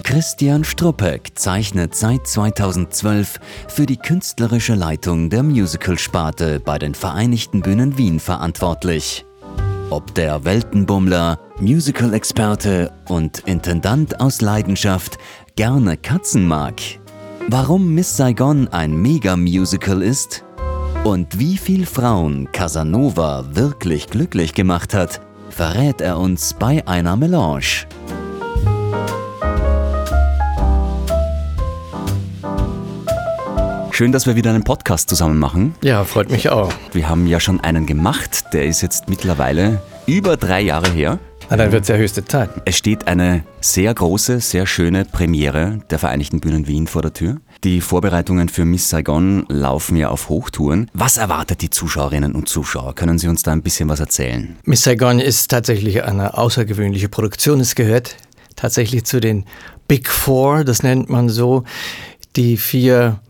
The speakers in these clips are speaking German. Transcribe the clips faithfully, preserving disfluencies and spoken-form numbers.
Christian Struppeck zeichnet seit zweitausendzwölf für die künstlerische Leitung der Musicalsparte bei den Vereinigten Bühnen Wien verantwortlich. Ob der Weltenbummler, Musical-Experte und Intendant aus Leidenschaft gerne Katzen mag, warum Miss Saigon ein Mega-Musical ist und wie viel Frauen Casanova wirklich glücklich gemacht hat, verrät er uns bei einer Melange. Schön, dass wir wieder einen Podcast zusammen machen. Ja, freut mich auch. Wir haben ja schon einen gemacht, der ist jetzt mittlerweile über drei Jahre her. Na, dann wird es ja höchste Zeit. Es steht eine sehr große, sehr schöne Premiere der Vereinigten Bühnen Wien vor der Tür. Die Vorbereitungen für Miss Saigon laufen ja auf Hochtouren. Was erwartet die Zuschauerinnen und Zuschauer? Können Sie uns da ein bisschen was erzählen? Miss Saigon ist tatsächlich eine außergewöhnliche Produktion. Es gehört tatsächlich zu den Big Four, das nennt man so, die vier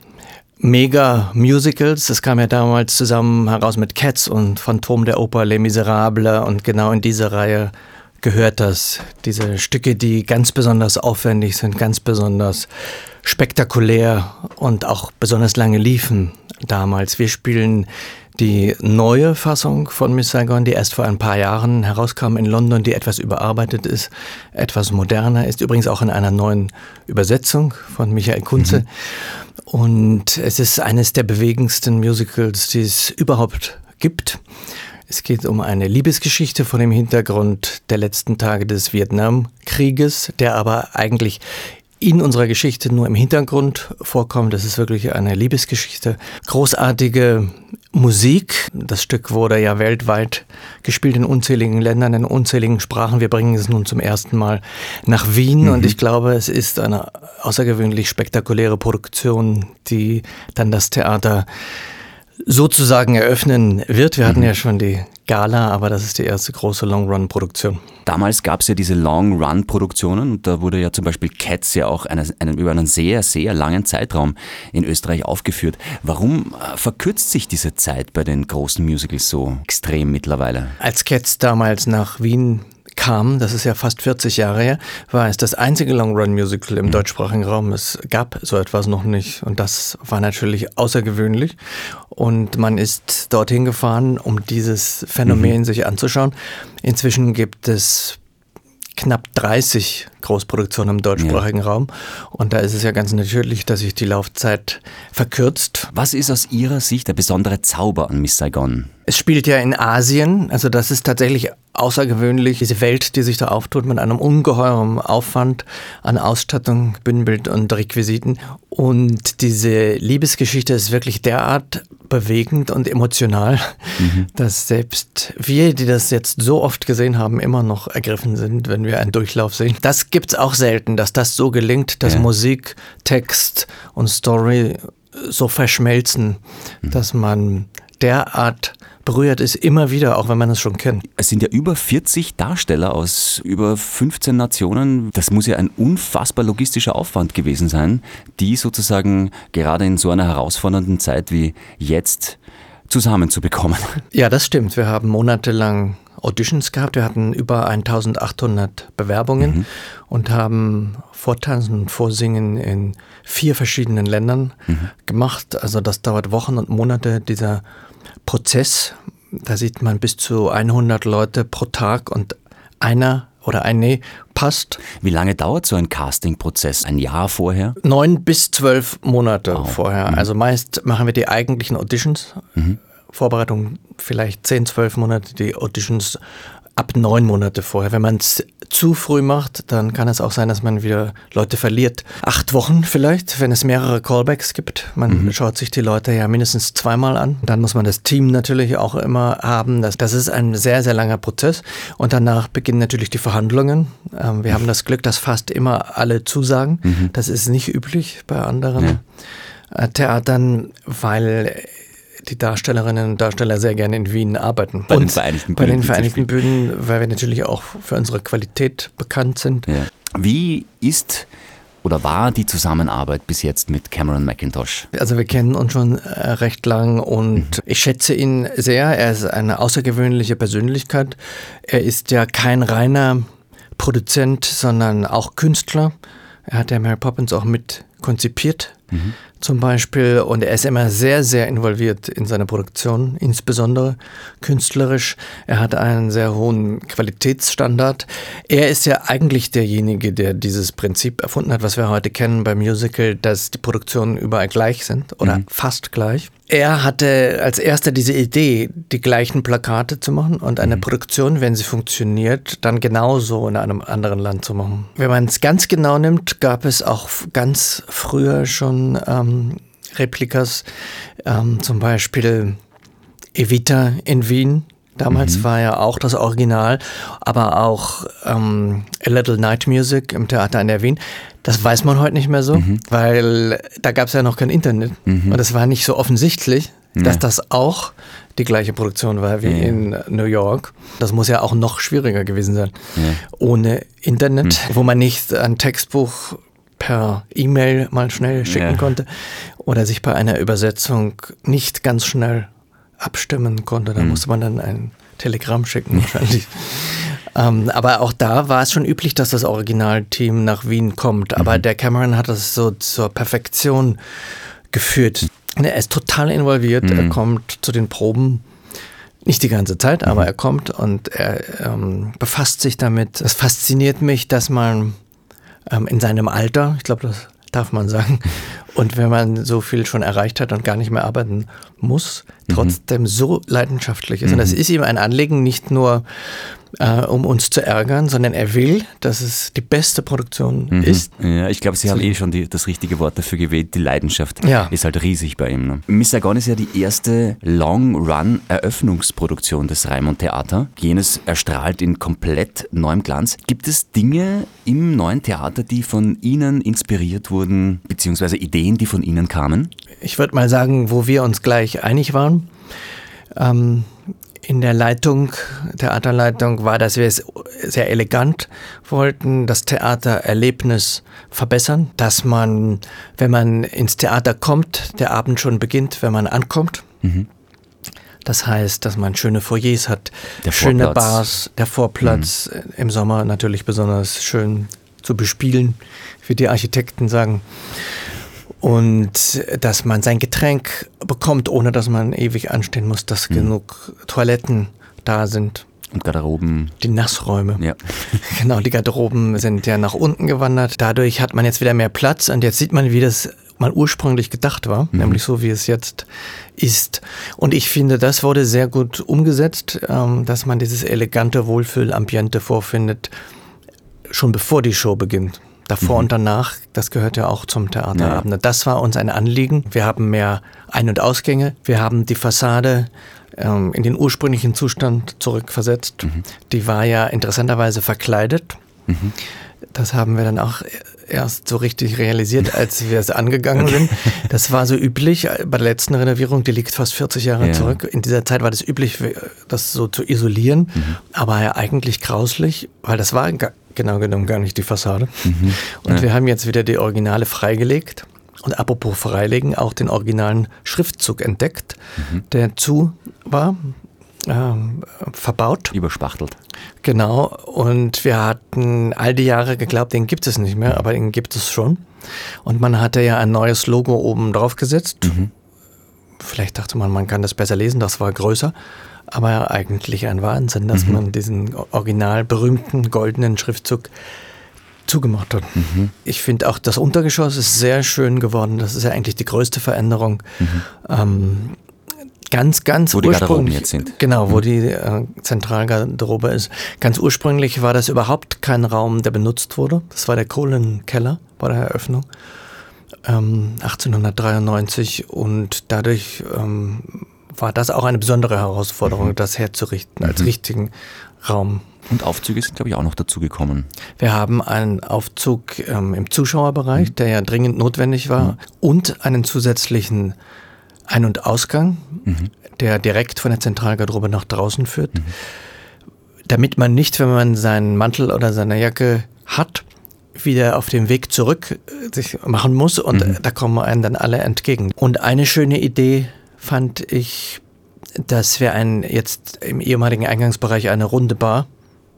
Mega-Musicals. Das kam ja damals zusammen heraus mit Cats und Phantom der Oper, Les Miserables, und genau in diese Reihe gehört das. Diese Stücke, die ganz besonders aufwendig sind, ganz besonders spektakulär und auch besonders lange liefen damals. Wir spielen die neue Fassung von Miss Saigon, die erst vor ein paar Jahren herauskam in London, die etwas überarbeitet ist, etwas moderner ist, übrigens auch in einer neuen Übersetzung von Michael Kunze. Mhm. Und es ist eines der bewegendsten Musicals, die es überhaupt gibt. Es geht um eine Liebesgeschichte vor dem Hintergrund der letzten Tage des Vietnamkrieges, der aber eigentlich in unserer Geschichte nur im Hintergrund vorkommt. Das ist wirklich eine Liebesgeschichte. Großartige Musik. Das Stück wurde ja weltweit gespielt in unzähligen Ländern, in unzähligen Sprachen. Wir bringen es nun zum ersten Mal nach Wien. Mhm. Und ich glaube, es ist eine außergewöhnlich spektakuläre Produktion, die dann das Theater sozusagen eröffnen wird. Wir hatten ja schon die Gala, aber das ist die erste große Long-Run-Produktion. Damals gab es ja diese Long-Run-Produktionen und da wurde ja zum Beispiel Cats ja auch eine, eine, über einen sehr, sehr langen Zeitraum in Österreich aufgeführt. Warum verkürzt sich diese Zeit bei den großen Musicals so extrem mittlerweile? Als Cats damals nach Wien kam, das ist ja fast vierzig Jahre her, war es das einzige Long-Run-Musical im mhm. deutschsprachigen Raum. Es gab so etwas noch nicht und das war natürlich außergewöhnlich und man ist dorthin gefahren, um dieses Phänomen mhm. sich anzuschauen. Inzwischen gibt es knapp dreißig Großproduktionen im deutschsprachigen ja. Raum und da ist es ja ganz natürlich, dass sich die Laufzeit verkürzt. Was ist aus Ihrer Sicht der besondere Zauber an Miss Saigon? Es spielt ja in Asien, also das ist tatsächlich außergewöhnlich, diese Welt, die sich da auftut mit einem ungeheuren Aufwand an Ausstattung, Bühnenbild und Requisiten. Und diese Liebesgeschichte ist wirklich derart bewegend und emotional, mhm. dass selbst wir, die das jetzt so oft gesehen haben, immer noch ergriffen sind, wenn wir einen Durchlauf sehen. Das gibt's auch selten, dass das so gelingt, dass ja. Musik, Text und Story so verschmelzen, mhm. dass man derart berührt ist, immer wieder, auch wenn man es schon kennt. Es sind ja über vierzig Darsteller aus über fünfzehn Nationen. Das muss ja ein unfassbar logistischer Aufwand gewesen sein, die sozusagen gerade in so einer herausfordernden Zeit wie jetzt zusammenzubekommen. Ja, das stimmt. Wir haben monatelang Auditions gehabt. Wir hatten über eintausendachthundert Bewerbungen mhm. und haben Vortanzen und Vorsingen in vier verschiedenen Ländern mhm. gemacht. Also das dauert Wochen und Monate, dieser Prozess. Da sieht man bis zu hundert Leute pro Tag und einer oder eine passt. Wie lange dauert so ein Casting-Prozess? Ein Jahr vorher? Neun bis zwölf Monate wow. vorher. Mhm. Also meist machen wir die eigentlichen Auditions. Mhm. Vorbereitung vielleicht zehn, zwölf Monate, die Auditions ab neun Monate vorher. Wenn man es zu früh macht, dann kann es auch sein, dass man wieder Leute verliert. Acht Wochen vielleicht, wenn es mehrere Callbacks gibt. Man mhm. schaut sich die Leute ja mindestens zweimal an. Dann muss man das Team natürlich auch immer haben. Das, das ist ein sehr, sehr langer Prozess. Und danach beginnen natürlich die Verhandlungen. Ähm, wir haben das Glück, dass fast immer alle zusagen. Mhm. Das ist nicht üblich bei anderen ja. Theatern, weil die Darstellerinnen und Darsteller sehr gerne in Wien arbeiten. Bei und den Vereinigten Bühnen. Bei den Vereinigten Bühnen, weil wir natürlich auch für unsere Qualität bekannt sind. Ja. Wie ist oder war die Zusammenarbeit bis jetzt mit Cameron Mackintosh? Also wir kennen uns schon äh, recht lang und mhm. ich schätze ihn sehr. Er ist eine außergewöhnliche Persönlichkeit. Er ist ja kein reiner Produzent, sondern auch Künstler. Er hat ja Mary Poppins auch mit konzipiert, Mhm. zum Beispiel. Und er ist immer sehr, sehr involviert in seine Produktion, insbesondere künstlerisch. Er hat einen sehr hohen Qualitätsstandard. Er ist ja eigentlich derjenige, der dieses Prinzip erfunden hat, was wir heute kennen beim Musical, dass die Produktionen überall gleich sind oder Mhm. fast gleich. Er hatte als erster diese Idee, die gleichen Plakate zu machen und eine Mhm. Produktion, wenn sie funktioniert, dann genauso in einem anderen Land zu machen. Wenn man es ganz genau nimmt, gab es auch f- ganz früher schon ähm, Replikas, ähm, zum Beispiel Evita in Wien. Damals Mhm. war ja auch das Original, aber auch ähm, A Little Night Music im Theater an der Wien. Das weiß man heute nicht mehr so, Mhm. weil da gab es ja noch kein Internet. Mhm. Und es war nicht so offensichtlich, Ja. dass das auch die gleiche Produktion war wie Ja, ja. in New York. Das muss ja auch noch schwieriger gewesen sein. Ja. Ohne Internet, wo man nicht ein Textbuch per E-Mail mal schnell schicken Ja. konnte oder sich bei einer Übersetzung nicht ganz schnell abstimmen konnte. Da Mhm. musste man dann ein Telegramm schicken wahrscheinlich. ähm, aber auch da war es schon üblich, dass das Originalteam nach Wien kommt. Aber Mhm. der Cameron hat das so zur Perfektion geführt. Und er ist total involviert. Mhm. Er kommt zu den Proben. Nicht die ganze Zeit, aber er kommt und er ähm, befasst sich damit. Es fasziniert mich, dass man ähm, in seinem Alter, ich glaube, das darf man sagen, und wenn man so viel schon erreicht hat und gar nicht mehr arbeiten muss, trotzdem so leidenschaftlich ist. Und das ist ihm ein Anliegen, nicht nur äh, um uns zu ärgern, sondern er will, dass es die beste Produktion Mhm. ist. Ja, ich glaube, Sie haben eh schon die, das richtige Wort dafür gewählt. Die Leidenschaft Ja. ist halt riesig bei ihm. Ne? Miss Saigon ist ja die erste Long-Run-Eröffnungsproduktion des Raimund Theater. Jenes erstrahlt in komplett neuem Glanz. Gibt es Dinge im neuen Theater, die von Ihnen inspiriert wurden, beziehungsweise Ideen, die von Ihnen kamen? Ich würde mal sagen, wo wir uns gleich einig waren. Ähm, in der Leitung, Theaterleitung, war, dass wir es sehr elegant wollten, das Theatererlebnis verbessern, dass man, wenn man ins Theater kommt, der Abend schon beginnt, wenn man ankommt. Mhm. Das heißt, dass man schöne Foyers hat, Der schöne Vorplatz. Bars, der Vorplatz, äh, im Sommer natürlich besonders schön zu bespielen, wie die Architekten sagen. Und dass man sein Getränk bekommt, ohne dass man ewig anstehen muss, dass Mhm. genug Toiletten da sind. Und Garderoben. Die Nassräume. Ja. Genau, die Garderoben sind ja nach unten gewandert. Dadurch hat man jetzt wieder mehr Platz und jetzt sieht man, wie das mal ursprünglich gedacht war, Mhm. nämlich so, wie es jetzt ist. Und ich finde, das wurde sehr gut umgesetzt, ähm, dass man dieses elegante Wohlfühlambiente vorfindet, schon bevor die Show beginnt. Davor Mhm. und danach, das gehört ja auch zum Theaterabend. Ja. Das war uns ein Anliegen. Wir haben mehr Ein- und Ausgänge. Wir haben die Fassade ähm, in den ursprünglichen Zustand zurückversetzt. Mhm. Die war ja interessanterweise verkleidet. Mhm. Das haben wir dann auch erst so richtig realisiert, als wir es angegangen sind. Das war so üblich bei der letzten Renovierung, die liegt fast vierzig Jahre Ja. zurück. In dieser Zeit war das üblich, das so zu isolieren, Mhm. aber ja eigentlich grauslich, weil das war ga- genau genommen gar nicht die Fassade. Mhm. Und Ja. wir haben jetzt wieder die Originale freigelegt. Und apropos freilegen, auch den originalen Schriftzug entdeckt, Mhm. der zu war, ähm, verbaut. Überspachtelt. Genau, und wir hatten all die Jahre geglaubt, den gibt es nicht mehr, aber den gibt es schon. Und man hatte ja ein neues Logo oben drauf gesetzt. Mhm. Vielleicht dachte man, man kann das besser lesen, das war größer. Aber eigentlich ein Wahnsinn, dass Mhm. man diesen original berühmten goldenen Schriftzug zugemacht hat. Mhm. Ich finde auch, das Untergeschoss ist sehr schön geworden. Das ist ja eigentlich die größte Veränderung. Mhm. Ähm, ganz, ganz Wo die Garderoben ursprünglich. jetzt sind. Genau, wo die äh, Zentralgarderobe ist. Ganz ursprünglich war das überhaupt kein Raum, der benutzt wurde. Das war der Kohlenkeller bei der Eröffnung. Ähm, achtzehnhundertdreiundneunzig und dadurch ähm, war das auch eine besondere Herausforderung, Mhm. das herzurichten als Mhm. richtigen Raum. Und Aufzüge sind, glaube ich, auch noch dazugekommen. Wir haben einen Aufzug ähm, im Zuschauerbereich, Mhm. der ja dringend notwendig war, Mhm. und einen zusätzlichen Ein- und Ausgang, Mhm. der direkt von der Zentralgarderobe nach draußen führt, Mhm. damit man nicht, wenn man seinen Mantel oder seine Jacke hat, wieder auf dem Weg zurück äh, sich machen muss und Mhm. äh, da kommen einem dann alle entgegen. Und eine schöne Idee fand ich, dass wir ein, jetzt im ehemaligen Eingangsbereich eine runde Bar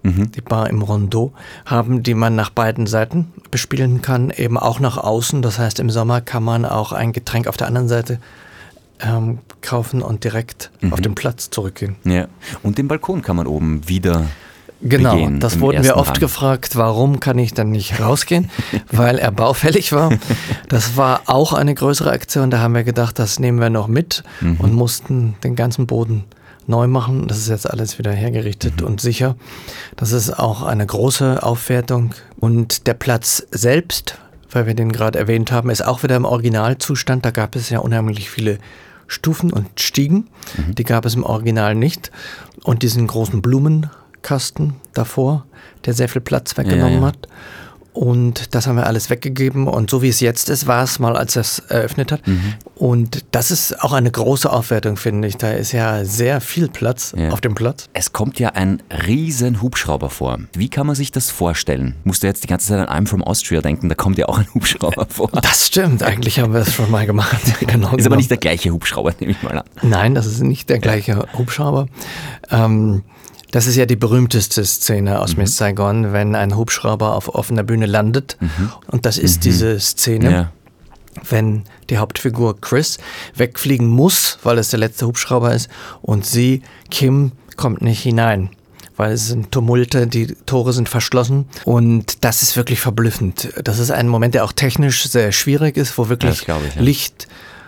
mhm. die Bar im Rondeau, haben, die man nach beiden Seiten bespielen kann, eben auch nach außen. Das heißt, im Sommer kann man auch ein Getränk auf der anderen Seite ähm, kaufen und direkt mhm. auf den Platz zurückgehen. Ja. Und den Balkon kann man oben wieder Genau, begehen, das wurden wir oft Rang. gefragt, warum kann ich dann nicht rausgehen, weil er baufällig war. Das war auch eine größere Aktion, da haben wir gedacht, das nehmen wir noch mit mhm. und mussten den ganzen Boden neu machen. Das ist jetzt alles wieder hergerichtet mhm. und sicher. Das ist auch eine große Aufwertung. Und der Platz selbst, weil wir den gerade erwähnt haben, ist auch wieder im Originalzustand. Da gab es ja unheimlich viele Stufen und Stiegen. Mhm. Die gab es im Original nicht. Und diesen großen Blumenkasten davor, der sehr viel Platz weggenommen ja, ja. hat. Und das haben wir alles weggegeben. Und so wie es jetzt ist, war es mal, als er es eröffnet hat. Mhm. Und das ist auch eine große Aufwertung, finde ich. Da ist ja sehr viel Platz ja. auf dem Platz. Es kommt ja ein riesen Hubschrauber vor. Wie kann man sich das vorstellen? Musst du jetzt die ganze Zeit an I'm from Austria denken, da kommt ja auch ein Hubschrauber vor. Das stimmt, eigentlich haben wir das schon mal gemacht. Genau, ist genau. aber nicht der gleiche Hubschrauber, nehme ich mal an. Nein, das ist nicht der gleiche ja. Hubschrauber. Ähm, Das ist ja die berühmteste Szene aus mhm. Miss Saigon, wenn ein Hubschrauber auf offener Bühne landet. Mhm. Und das ist mhm. diese Szene, ja. wenn die Hauptfigur Chris wegfliegen muss, weil es der letzte Hubschrauber ist. Und sie, Kim, kommt nicht hinein, weil es sind Tumulte, die Tore sind verschlossen. Und das ist wirklich verblüffend. Das ist ein Moment, der auch technisch sehr schwierig ist, wo wirklich ich, ja. Licht,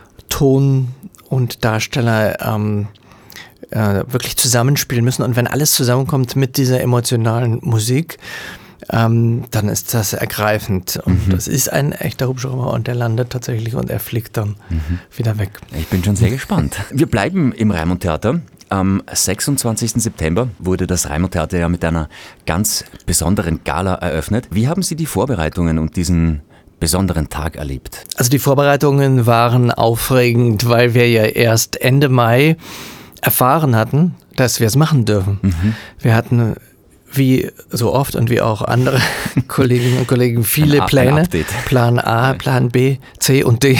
Ton und Darsteller ähm, wirklich zusammenspielen müssen. Und wenn alles zusammenkommt mit dieser emotionalen Musik, ähm, dann ist das ergreifend. Und mhm. das ist ein echter Hubschrauber und der landet tatsächlich und er fliegt dann mhm. wieder weg. Ich bin schon sehr gespannt. Wir bleiben im Raimund Theater. Am sechsundzwanzigsten September wurde das Raimund Theater ja mit einer ganz besonderen Gala eröffnet. Wie haben Sie die Vorbereitungen und diesen besonderen Tag erlebt? Also die Vorbereitungen waren aufregend, weil wir ja erst Ende Mai erfahren hatten, dass wir es machen dürfen. Mhm. Wir hatten, wie so oft und wie auch andere Kolleginnen und Kollegen, viele A, Pläne. Plan A, Plan B, C und D.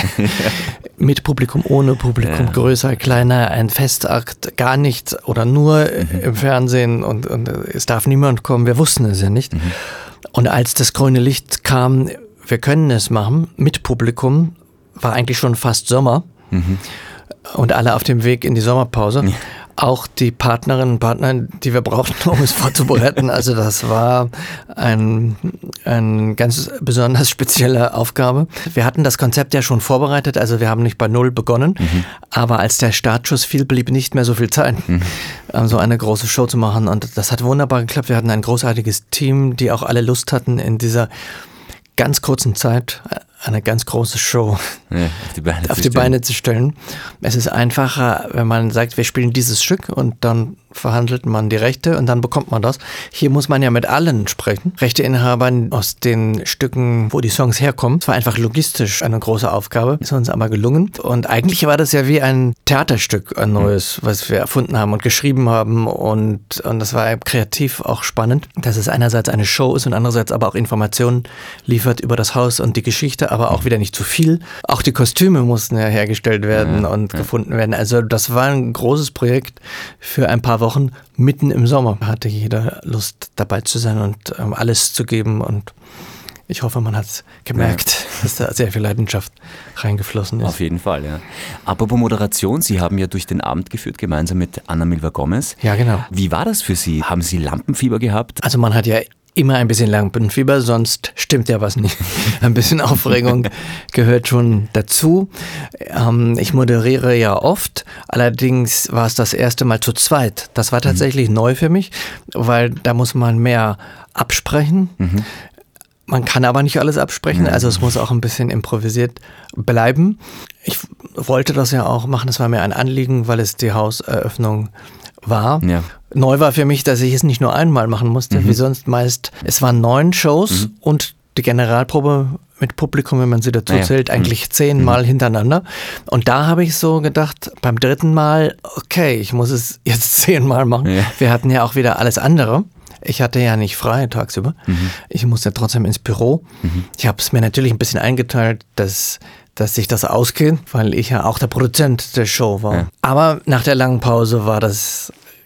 Mit Publikum, ohne Publikum, ja. größer, kleiner, ein Festakt, gar nichts oder nur mhm. im Fernsehen und, und es darf niemand kommen. Wir wussten es ja nicht. Mhm. Und als das grüne Licht kam, wir können es machen, mit Publikum, war eigentlich schon fast Sommer. Mhm. Und alle auf dem Weg in die Sommerpause. Ja. Auch die Partnerinnen und Partner, die wir brauchten, um es vorzubereiten. Also das war ein, eine ganz besonders spezielle Aufgabe. Wir hatten das Konzept ja schon vorbereitet, also wir haben nicht bei Null begonnen. Mhm. Aber als der Startschuss fiel, blieb nicht mehr so viel Zeit, mhm. so eine große Show zu machen. Und das hat wunderbar geklappt. Wir hatten ein großartiges Team, die auch alle Lust hatten, in dieser ganz kurzen Zeit eine ganz große Show ja, auf die, Beine, auf zu die Beine zu stellen. Es ist einfacher, wenn man sagt, wir spielen dieses Stück und dann verhandelt man die Rechte und dann bekommt man das. Hier muss man ja mit allen sprechen. Rechteinhabern aus den Stücken, wo die Songs herkommen. Es war einfach logistisch eine große Aufgabe, ist uns aber gelungen. Und eigentlich war das ja wie ein Theaterstück, ein neues, was wir erfunden haben und geschrieben haben. Und, und das war kreativ auch spannend, dass es einerseits eine Show ist und andererseits aber auch Informationen liefert über das Haus und die Geschichte, aber auch wieder nicht zu viel. Auch die Kostüme mussten ja hergestellt werden ja, und ja. gefunden werden. Also das war ein großes Projekt für ein paar Wochen. Mitten im Sommer hatte jeder Lust dabei zu sein und ähm, alles zu geben. Und ich hoffe, man hat gemerkt, ja. dass da sehr viel Leidenschaft reingeflossen ist. Auf jeden Fall, ja. Apropos Moderation, Sie haben ja durch den Abend geführt, gemeinsam mit Ana Milva Gomez. Ja, genau. Wie war das für Sie? Haben Sie Lampenfieber gehabt? Also man hat ja immer ein bisschen Lampenfieber, sonst stimmt ja was nicht. Ein bisschen Aufregung gehört schon dazu. Ähm, ich moderiere ja oft, allerdings war es das erste Mal zu zweit. Das war tatsächlich mhm. neu für mich, weil da muss man mehr absprechen. Mhm. Man kann aber nicht alles absprechen, also es muss auch ein bisschen improvisiert bleiben. Ich wollte das ja auch machen, das war mir ein Anliegen, weil es die Hauseröffnung war. Ja. Neu war für mich, dass ich es nicht nur einmal machen musste, mhm. wie sonst meist. Es waren neun Shows mhm. und die Generalprobe mit Publikum, wenn man sie dazu zählt, ja. eigentlich mhm. zehnmal mhm. hintereinander. Und da habe ich so gedacht, beim dritten Mal, okay, ich muss es jetzt zehnmal machen. Ja. Wir hatten ja auch wieder alles andere. Ich hatte ja nicht frei tagsüber. Mhm. Ich musste trotzdem ins Büro. Mhm. Ich habe es mir natürlich ein bisschen eingeteilt, dass dass sich das ausgeht, weil ich ja auch der Produzent der Show war. Ja. Aber nach der langen Pause war das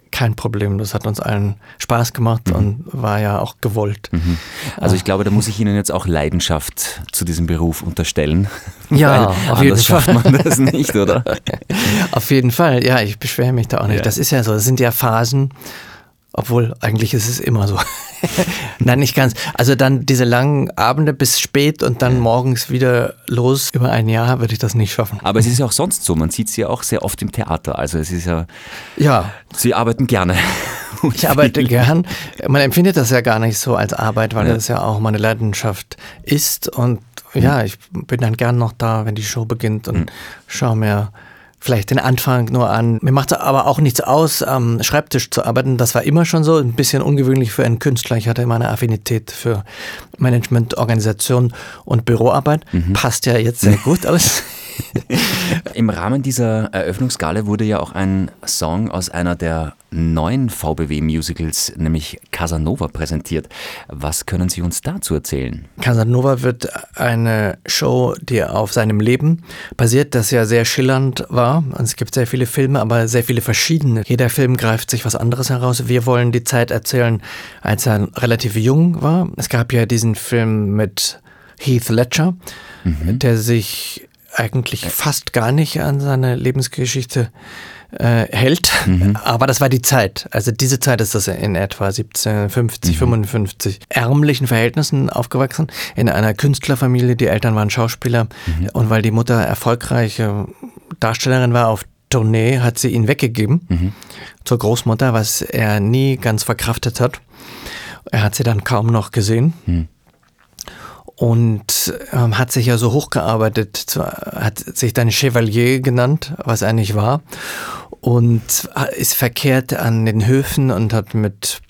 kein Problem. Das hat uns allen Spaß gemacht mhm. und war ja auch gewollt. Mhm. Also ich glaube, da muss ich Ihnen jetzt auch Leidenschaft zu diesem Beruf unterstellen. Ja, auf jeden Fall. Schafft man das nicht, oder? Auf jeden Fall, ja, ich beschwere mich da auch nicht. Ja. Das ist ja so, das sind ja Phasen, obwohl eigentlich ist es immer so. Nein, nicht ganz. Also dann diese langen Abende bis spät und dann morgens wieder los. Über ein Jahr würde ich das nicht schaffen. Aber es ist ja auch sonst so, man sieht Sie ja auch sehr oft im Theater. Also es ist ja, ja. Sie arbeiten gerne. Ich arbeite gern. Man empfindet das ja gar nicht so als Arbeit, weil ja. das ja auch meine Leidenschaft ist. Und ja, ich bin dann gern noch da, wenn die Show beginnt und mhm. schaue mir vielleicht den Anfang nur an. Mir macht es aber auch nichts aus, am Schreibtisch zu arbeiten. Das war immer schon so, ein bisschen ungewöhnlich für einen Künstler. Ich hatte immer eine Affinität für Management, Organisation und Büroarbeit. Mhm. Passt ja jetzt sehr gut aus. Im Rahmen dieser Eröffnungsgala wurde ja auch ein Song aus einer der neuen V B W-Musicals, nämlich Casanova, präsentiert. Was können Sie uns dazu erzählen? Casanova wird eine Show, die auf seinem Leben basiert, das ja sehr schillernd war. Es gibt sehr viele Filme, aber sehr viele verschiedene. Jeder Film greift sich was anderes heraus. Wir wollen die Zeit erzählen, als er relativ jung war. Es gab ja diesen Film mit Heath Ledger, mhm. der sich eigentlich fast gar nicht an seine Lebensgeschichte äh, hält, mhm. aber das war die Zeit. Also diese Zeit ist das in etwa siebzehnhundertfünfzig, mhm. fünfundfünfzig. Ärmlichen Verhältnissen aufgewachsen, in einer Künstlerfamilie, die Eltern waren Schauspieler mhm. und weil die Mutter erfolgreiche Darstellerin war auf Tournee, hat sie ihn weggegeben mhm. zur Großmutter, was er nie ganz verkraftet hat. Er hat sie dann kaum noch gesehen. Mhm. Und ähm, hat sich ja so hochgearbeitet, zu, hat sich dann Chevalier genannt, was er nicht war, und ist verkehrt an den Höfen und hat mit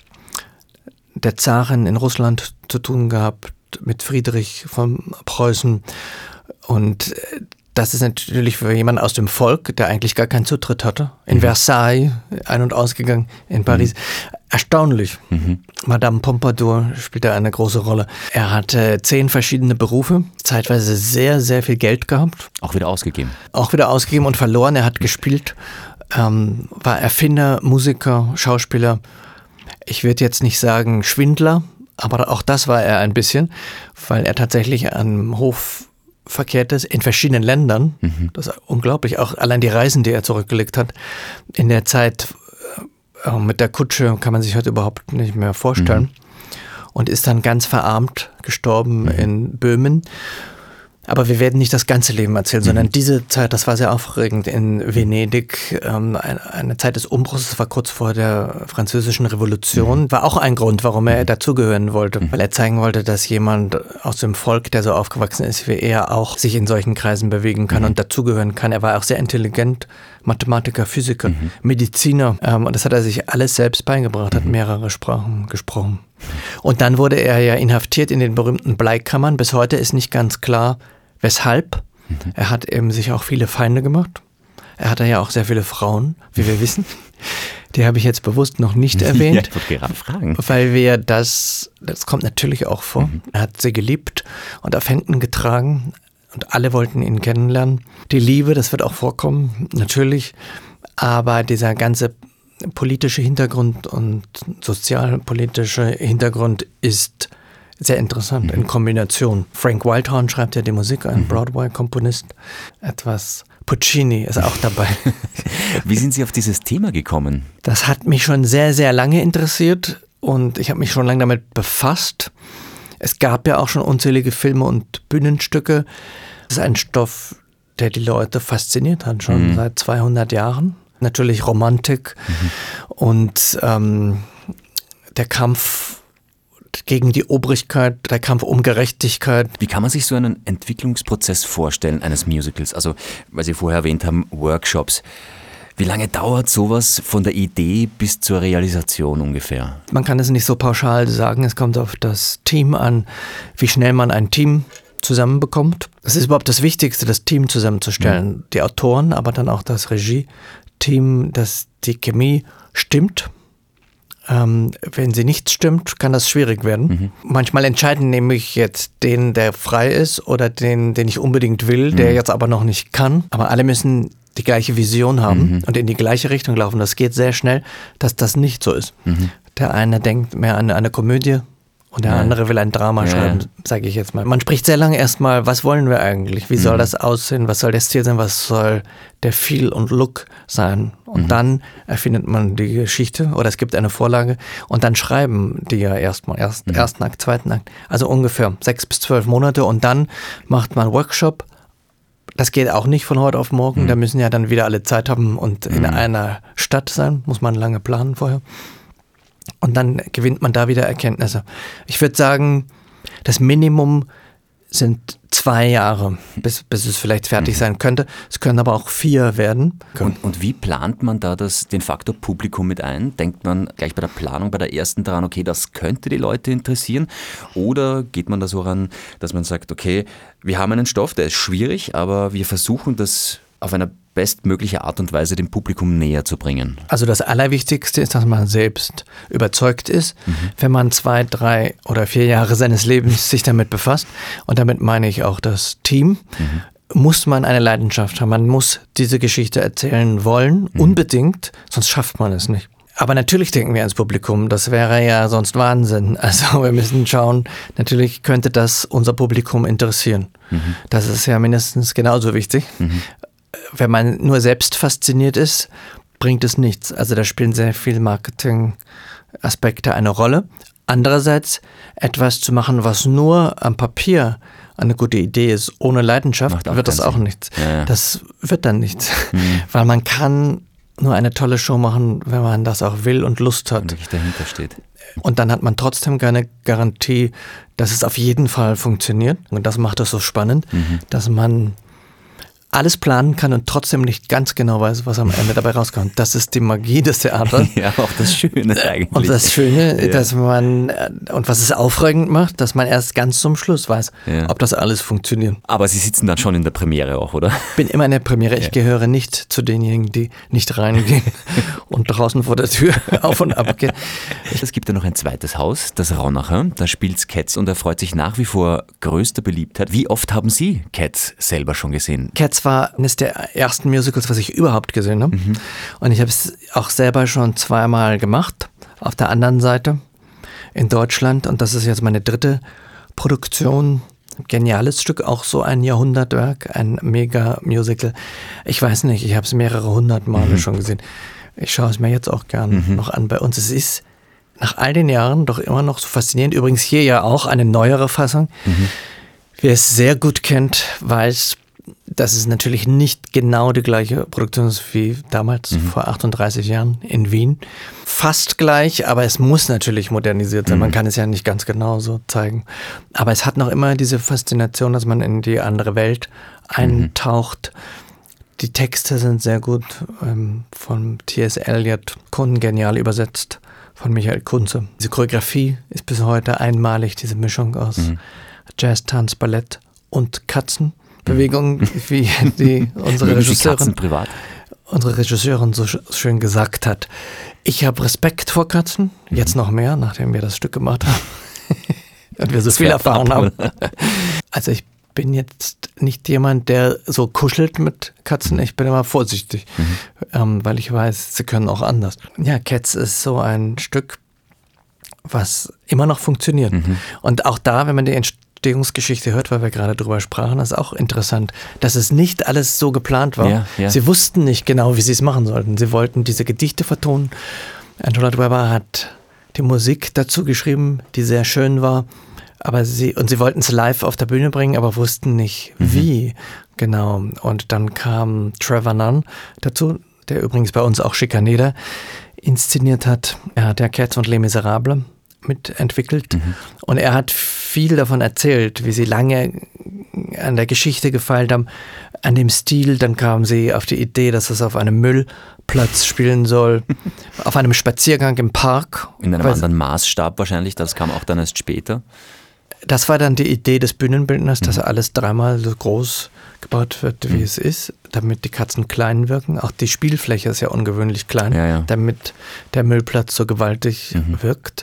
der Zarin in Russland zu tun gehabt, mit Friedrich von Preußen. Und das ist natürlich für jemanden aus dem Volk, der eigentlich gar keinen Zutritt hatte, in mhm. Versailles ein- und ausgegangen, in Paris, mhm. erstaunlich. Mhm. Madame Pompadour spielt da eine große Rolle. Er hatte zehn verschiedene Berufe, zeitweise sehr, sehr viel Geld gehabt. Auch wieder ausgegeben. Auch wieder ausgegeben und verloren. Er hat gespielt, ähm, war Erfinder, Musiker, Schauspieler. Ich würde jetzt nicht sagen Schwindler, aber auch das war er ein bisschen, weil er tatsächlich am Hof verkehrt ist, in verschiedenen Ländern. Mhm. Das ist unglaublich. Auch allein die Reisen, die er zurückgelegt hat. In der Zeit äh, mit der Kutsche kann man sich heute überhaupt nicht mehr vorstellen. Mhm. Und ist dann ganz verarmt gestorben mhm. in Böhmen. Aber wir werden nicht das ganze Leben erzählen, mhm. sondern diese Zeit, das war sehr aufregend in Venedig, ähm, eine, eine Zeit des Umbruchs, das war kurz vor der Französischen Revolution, mhm. war auch ein Grund, warum er dazugehören wollte, mhm. weil er zeigen wollte, dass jemand aus dem Volk, der so aufgewachsen ist wie er, auch sich in solchen Kreisen bewegen kann mhm. und dazugehören kann. Er war auch sehr intelligent, Mathematiker, Physiker, mhm. Mediziner ähm, und das hat er sich alles selbst beigebracht, hat mehrere Sprachen gesprochen. Und dann wurde er ja inhaftiert in den berühmten Bleikammern. Bis heute ist nicht ganz klar, weshalb. Mhm. Er hat eben sich auch viele Feinde gemacht. Er hatte ja auch sehr viele Frauen, wie wir wissen. Die habe ich jetzt bewusst noch nicht erwähnt. Ja, ich wollte gerade fragen. Weil wir das, das kommt natürlich auch vor. Mhm. Er hat sie geliebt und auf Händen getragen und alle wollten ihn kennenlernen. Die Liebe, das wird auch vorkommen, natürlich. Aber dieser ganze politische Hintergrund und sozialpolitische Hintergrund ist sehr interessant mhm. in Kombination. Frank Wildhorn schreibt ja die Musik, ein mhm. Broadway-Komponist. Etwas Puccini ist auch dabei. Wie sind Sie auf dieses Thema gekommen? Das hat mich schon sehr, sehr lange interessiert und ich habe mich schon lange damit befasst. Es gab ja auch schon unzählige Filme und Bühnenstücke. Das ist ein Stoff, der die Leute fasziniert hat, schon mhm. seit zweihundert Jahren. Natürlich Romantik mhm. und ähm, der Kampf gegen die Obrigkeit, der Kampf um Gerechtigkeit. Wie kann man sich so einen Entwicklungsprozess vorstellen eines Musicals? Also, weil Sie vorher erwähnt haben, Workshops. Wie lange dauert sowas von der Idee bis zur Realisation ungefähr? Man kann es nicht so pauschal sagen, es kommt auf das Team an, wie schnell man ein Team zusammenbekommt. Es ist überhaupt das Wichtigste, das Team zusammenzustellen. Mhm. Die Autoren, aber dann auch das Regie-Team, dass die Chemie stimmt. Ähm, wenn sie nicht stimmt, kann das schwierig werden. Mhm. Manchmal entscheiden nämlich jetzt den, der frei ist oder den, den ich unbedingt will, der mhm. jetzt aber noch nicht kann. Aber alle müssen die gleiche Vision haben Mhm. und in die gleiche Richtung laufen. Das geht sehr schnell, dass das nicht so ist. Mhm. Der eine denkt mehr an eine Komödie und der Ja. andere will ein Drama Ja. schreiben, sage ich jetzt mal. Man spricht sehr lange erstmal, was wollen wir eigentlich? Wie soll Mhm. das aussehen? Was soll der Stil sein? Was soll der Feel und Look sein? Und Mhm. dann erfindet man die Geschichte oder es gibt eine Vorlage und dann schreiben die ja erstmal erst, Mhm. ersten Akt, zweiten Akt. Also ungefähr sechs bis zwölf Monate und dann macht man Workshop. Das geht auch nicht von heute auf morgen. Mhm. Da müssen ja dann wieder alle Zeit haben und in Mhm. einer Stadt sein. Muss man lange planen vorher. Und dann gewinnt man da wieder Erkenntnisse. Ich würde sagen, das Minimum sind zwei Jahre, bis, bis es vielleicht fertig Mhm. sein könnte. Es können aber auch vier werden. Und, und wie plant man da das, den Faktor Publikum mit ein? Denkt man gleich bei der Planung, bei der ersten dran, okay, das könnte die Leute interessieren? Oder geht man da so ran, dass man sagt, okay, wir haben einen Stoff, der ist schwierig, aber wir versuchen das auf eine bestmögliche Art und Weise dem Publikum näher zu bringen? Also das Allerwichtigste ist, dass man selbst überzeugt ist, Mhm. wenn man zwei, drei oder vier Jahre seines Lebens sich damit befasst. Und damit meine ich auch das Team. Mhm. Muss man eine Leidenschaft haben. Man muss diese Geschichte erzählen wollen, Mhm. unbedingt, sonst schafft man es nicht. Aber natürlich denken wir ans Publikum, das wäre ja sonst Wahnsinn. Also wir müssen schauen, natürlich könnte das unser Publikum interessieren. Mhm. Das ist ja mindestens genauso wichtig. Mhm. Wenn man nur selbst fasziniert ist, bringt es nichts. Also da spielen sehr viele Marketing-Aspekte eine Rolle. Andererseits etwas zu machen, was nur am Papier eine gute Idee ist, ohne Leidenschaft, Macht auch wird das keinen auch Sinn. nichts. Ja, ja. Das wird dann nichts. Mhm. Weil man kann nur eine tolle Show machen, wenn man das auch will und Lust Und hat. wirklich dahinter steht. Und dann hat man trotzdem keine Garantie, dass es auf jeden Fall funktioniert. Und das macht es so spannend, Mhm. dass man alles planen kann und trotzdem nicht ganz genau weiß, was am Ende dabei rauskommt. Das ist die Magie des Theaters. Ja, auch das Schöne eigentlich. Und das Schöne, Ja. dass man, äh, und was es aufregend macht, dass man erst ganz zum Schluss weiß, Ja. ob das alles funktioniert. Aber Sie sitzen dann schon in der Premiere auch, oder? Ich bin immer in der Premiere. Ich Ja. gehöre nicht zu denjenigen, die nicht reingehen und draußen vor der Tür auf und ab gehen. Es gibt ja noch ein zweites Haus, das Raunacher. Da spielt Cats und er freut sich nach wie vor größter Beliebtheit. Wie oft haben Sie Cats selber schon gesehen? Cats war eines der ersten Musicals, was ich überhaupt gesehen habe. Mhm. Und ich habe es auch selber schon zweimal gemacht, auf der anderen Seite in Deutschland. Und das ist jetzt meine dritte Produktion. Geniales Stück, auch so ein Jahrhundertwerk, ein Mega-Musical. Ich weiß nicht, ich habe es mehrere hundert Male Mhm. schon gesehen. Ich schaue es mir jetzt auch gern Mhm. noch an bei uns. Es ist nach all den Jahren doch immer noch so faszinierend. Übrigens hier ja auch eine neuere Fassung. Mhm. Wer es sehr gut kennt, weiß, dass es natürlich nicht genau die gleiche Produktion ist wie damals, Mhm. vor achtunddreißig Jahren in Wien. Fast gleich, aber es muss natürlich modernisiert sein. Mhm. Man kann es ja nicht ganz genau so zeigen. Aber es hat noch immer diese Faszination, dass man in die andere Welt eintaucht. Die Texte sind sehr gut, ähm, von T S Eliot, kundengenial übersetzt, von Michael Kunze. Diese Choreografie ist bis heute einmalig, diese Mischung aus Mhm. Jazz, Tanz, Ballett und Katzenbewegungen, wie die unsere Mögen Sie Regisseurin, Katzen privat? unsere Regisseurin so sch- schön gesagt hat. Ich habe Respekt vor Katzen, jetzt noch mehr, nachdem wir das Stück gemacht haben und wir so viel erfahren haben. Also ich bin jetzt nicht jemand, der so kuschelt mit Katzen. Ich bin immer vorsichtig, Mhm. ähm, weil ich weiß, sie können auch anders. Ja, Cats ist so ein Stück, was immer noch funktioniert. Mhm. Und auch da, wenn man die Entstehungsgeschichte hört, weil wir gerade drüber sprachen, ist auch interessant, dass es nicht alles so geplant war. Ja, ja. Sie wussten nicht genau, wie sie es machen sollten. Sie wollten diese Gedichte vertonen. Andrew Lloyd Webber hat die Musik dazu geschrieben, die sehr schön war. Aber sie, und sie wollten es live auf der Bühne bringen, aber wussten nicht, Mhm. wie genau. Und dann kam Trevor Nunn dazu, der übrigens bei uns auch Schikaneder inszeniert hat. Er hat ja Cats und Les Miserables mitentwickelt. Mhm. Und er hat viel davon erzählt, wie sie lange an der Geschichte gefeilt haben, an dem Stil. Dann kamen sie auf die Idee, dass es auf einem Müllplatz spielen soll, auf einem Spaziergang im Park. In einem Weil- anderen Maßstab wahrscheinlich, das kam auch dann erst später. Das war dann die Idee des Bühnenbildners, dass alles dreimal so groß gebaut wird, wie Mhm. es ist, damit die Katzen klein wirken. Auch die Spielfläche ist ja ungewöhnlich klein, Ja, ja. damit der Müllplatz so gewaltig Mhm. wirkt.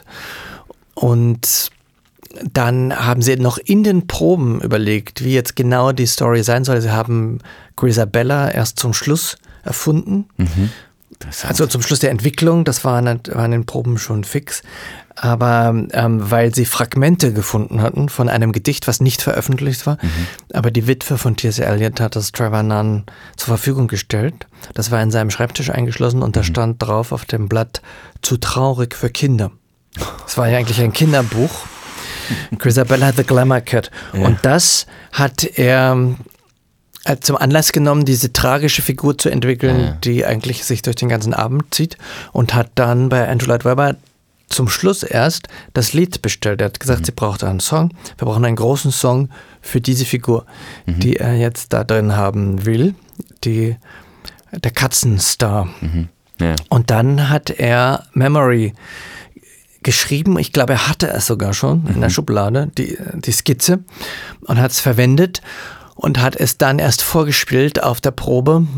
Und dann haben sie noch in den Proben überlegt, wie jetzt genau die Story sein soll. Sie haben Grisabella erst zum Schluss erfunden. Mhm. Also zum Schluss der Entwicklung, das war, nicht, war in den Proben schon fix. Aber ähm, weil sie Fragmente gefunden hatten von einem Gedicht, was nicht veröffentlicht war, mhm. aber die Witwe von T S. Eliot hat das Trevor Nunn zur Verfügung gestellt. Das war in seinem Schreibtisch eingeschlossen und da stand drauf auf dem Blatt, zu traurig für Kinder. Das war ja eigentlich ein Kinderbuch. Grizabella the Glamour Cat. Ja. Und das hat er zum Anlass genommen, diese tragische Figur zu entwickeln, ja. die eigentlich sich durch den ganzen Abend zieht, und hat dann bei Andrew Lloyd Webber zum Schluss erst das Lied bestellt. Er hat gesagt, mhm. sie braucht einen Song. Wir brauchen einen großen Song für diese Figur, mhm. die er jetzt da drin haben will. Die, der Katzenstar. Mhm. Ja. Und dann hat er Memory geschrieben. Ich glaube, er hatte es sogar schon mhm. in der Schublade, die, die Skizze, und hat es verwendet und hat es dann erst vorgespielt auf der Probe,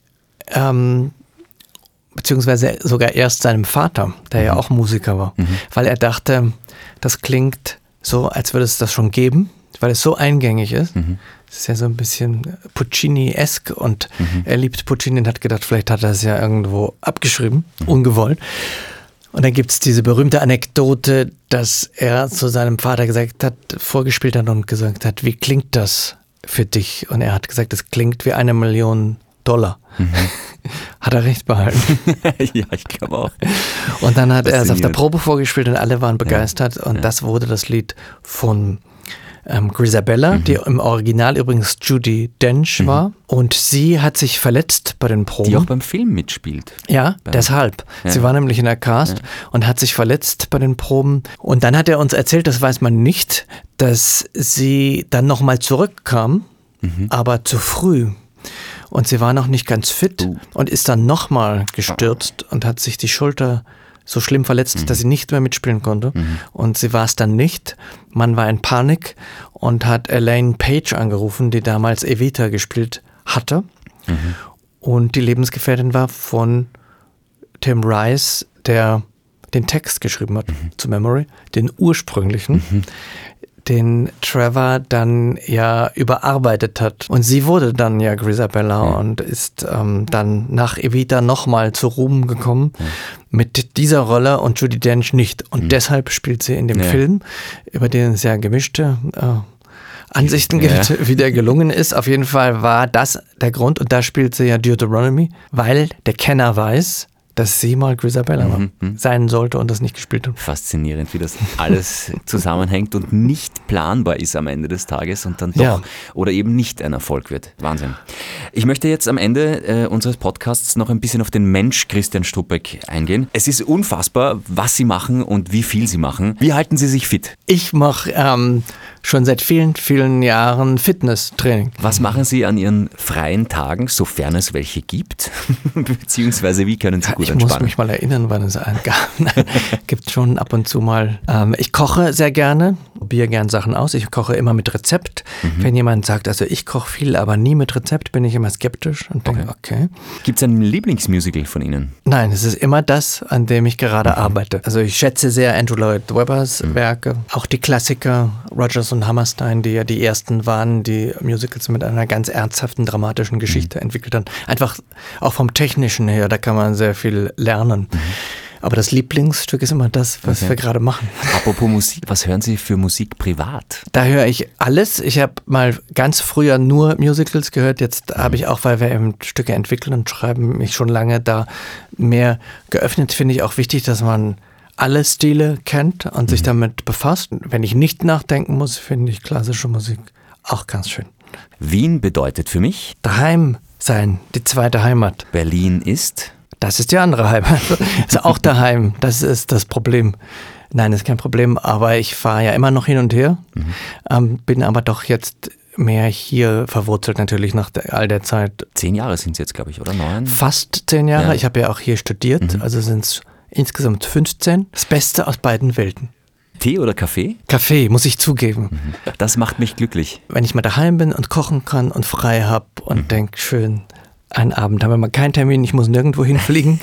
ähm, beziehungsweise sogar erst seinem Vater, der mhm. ja auch Musiker war, mhm. weil er dachte, das klingt so, als würde es das schon geben, weil es so eingängig ist. Mhm. Es ist ja so ein bisschen Puccini-esk und mhm. er liebt Puccini und hat gedacht, vielleicht hat er es ja irgendwo abgeschrieben, mhm. ungewollt. Und dann gibt es diese berühmte Anekdote, dass er zu seinem Vater gesagt hat, vorgespielt hat und gesagt hat, wie klingt das für dich? Und er hat gesagt, es klingt wie eine Million Dollar. Mhm. Hat er recht behalten. Ja, ich glaube auch. Und dann hat er es auf der Probe vorgespielt und alle waren begeistert. Ja. Und ja. das wurde das Lied von ähm, Grizabella, mhm. die im Original übrigens Judi Dench mhm. war. Und sie hat sich verletzt bei den Proben. Die auch beim Film mitspielt. Ja, beim deshalb. Ja. Sie war nämlich in der Cast ja. und hat sich verletzt bei den Proben. Und dann hat er uns erzählt, das weiß man nicht, dass sie dann nochmal zurückkam, mhm. aber zu früh. Und sie war noch nicht ganz fit uh. und ist dann nochmal gestürzt und hat sich die Schulter so schlimm verletzt, mhm. dass sie nicht mehr mitspielen konnte. Mhm. Und sie war es dann nicht. Man war in Panik und hat Elaine Page angerufen, die damals Evita gespielt hatte. Mhm. Und die Lebensgefährtin war von Tim Rice, der den Text geschrieben hat mhm. zu Memory, den ursprünglichen. Mhm. den Trevor dann ja überarbeitet hat. Und sie wurde dann ja Grizabella ja. und ist ähm, dann nach Evita nochmal zu Ruhm gekommen ja. mit dieser Rolle und Judi Dench nicht. Und mhm. deshalb spielt sie in dem ja. Film, über den es ja gemischte äh, Ansichten gibt, ja. wie der gelungen ist. Auf jeden Fall war das der Grund, und da spielt sie ja Deuteronomy, weil der Kenner weiß, dass sie mal Grizabella mhm. sein sollte und das nicht gespielt hat. Faszinierend, wie das alles zusammenhängt und nicht planbar ist am Ende des Tages und dann doch ja. oder eben nicht ein Erfolg wird. Wahnsinn. Ich möchte jetzt am Ende äh, unseres Podcasts noch ein bisschen auf den Mensch Christian Struppeck eingehen. Es ist unfassbar, was Sie machen und wie viel Sie machen. Wie halten Sie sich fit? Ich mache ähm, schon seit vielen, vielen Jahren Fitnesstraining. Was machen Sie an Ihren freien Tagen, sofern es welche gibt? Beziehungsweise wie können Sie gut ich entspannen? Ich muss mich mal erinnern, wann es einen gab. Gibt schon ab und zu mal. Ähm, ich koche sehr gerne, probiere gern Sachen aus. Ich koche immer mit Rezept. Mhm. Wenn jemand sagt, also ich koche viel, aber nie mit Rezept, bin ich immer skeptisch und denke, okay. okay. Gibt es ein Lieblingsmusical von Ihnen? Nein, es ist immer das, an dem ich gerade mhm. arbeite. Also ich schätze sehr Andrew Lloyd Webbers mhm. Werke, auch die Klassiker, Rodgers und Hammerstein, die ja die ersten waren, die Musicals mit einer ganz ernsthaften, dramatischen Geschichte mhm. entwickelt haben. Einfach auch vom Technischen her, da kann man sehr viel lernen. Mhm. Aber das Lieblingsstück ist immer das, was okay. wir gerade machen. Apropos Musik, was hören Sie für Musik privat? Da höre ich alles. Ich habe mal ganz früher nur Musicals gehört. Jetzt mhm. habe ich auch, weil wir eben Stücke entwickeln und schreiben, mich schon lange da mehr geöffnet. Finde ich auch wichtig, dass man alle Stile kennt und mhm. sich damit befasst. Wenn ich nicht nachdenken muss, finde ich klassische Musik auch ganz schön. Wien bedeutet für mich? Daheim sein, die zweite Heimat. Berlin ist? Das ist die andere Heimat. Das ist auch daheim. Das ist das Problem. Nein, das ist kein Problem. Aber ich fahre ja immer noch hin und her. Mhm. Ähm, bin aber doch jetzt mehr hier verwurzelt natürlich nach der, all der Zeit. Zehn Jahre sind es jetzt, glaube ich, oder neun? Fast zehn Jahre. Ja. Ich habe ja auch hier studiert. Mhm. Also sind es insgesamt fünfzehn. Das Beste aus beiden Welten. Tee oder Kaffee? Kaffee, muss ich zugeben. Mhm. Das macht mich glücklich. Wenn ich mal daheim bin und kochen kann und frei habe und mhm. denke, schön, einen Abend haben wir mal keinen Termin, ich muss nirgendwo hinfliegen.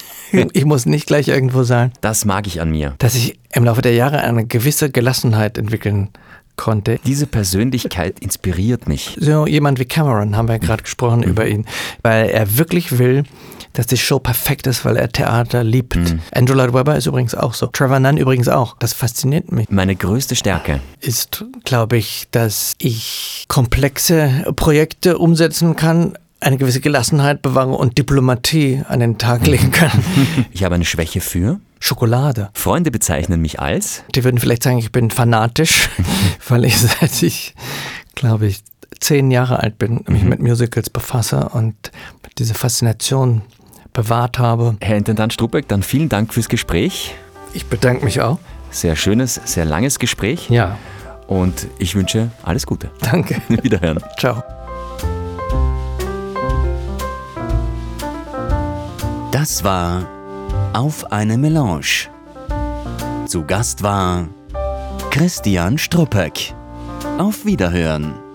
Ich muss nicht gleich irgendwo sein. Das mag ich an mir. Dass ich im Laufe der Jahre eine gewisse Gelassenheit entwickeln konnte. Diese Persönlichkeit inspiriert mich. So jemand wie Cameron, haben wir ja gerade gesprochen mhm. über ihn, weil er wirklich will, dass die Show perfekt ist, weil er Theater liebt. Mhm. Andrew Lloyd Webber ist übrigens auch so. Trevor Nunn übrigens auch. Das fasziniert mich. Meine größte Stärke ist, glaube ich, dass ich komplexe Projekte umsetzen kann, eine gewisse Gelassenheit bewahren und Diplomatie an den Tag legen kann. Ich habe eine Schwäche für Schokolade. Freunde bezeichnen mich als? Die würden vielleicht sagen, ich bin fanatisch, weil ich seit ich, glaube ich, zehn Jahre alt bin, mich mhm. mit Musicals befasse und diese Faszination bewahrt habe. Herr Intendant Struppeck, dann vielen Dank fürs Gespräch. Ich bedanke mich auch. Sehr schönes, sehr langes Gespräch. Ja. Und ich wünsche alles Gute. Danke. Wiederhören. Ciao. Das war Auf eine Melange. Zu Gast war Christian Struppeck. Auf Wiederhören.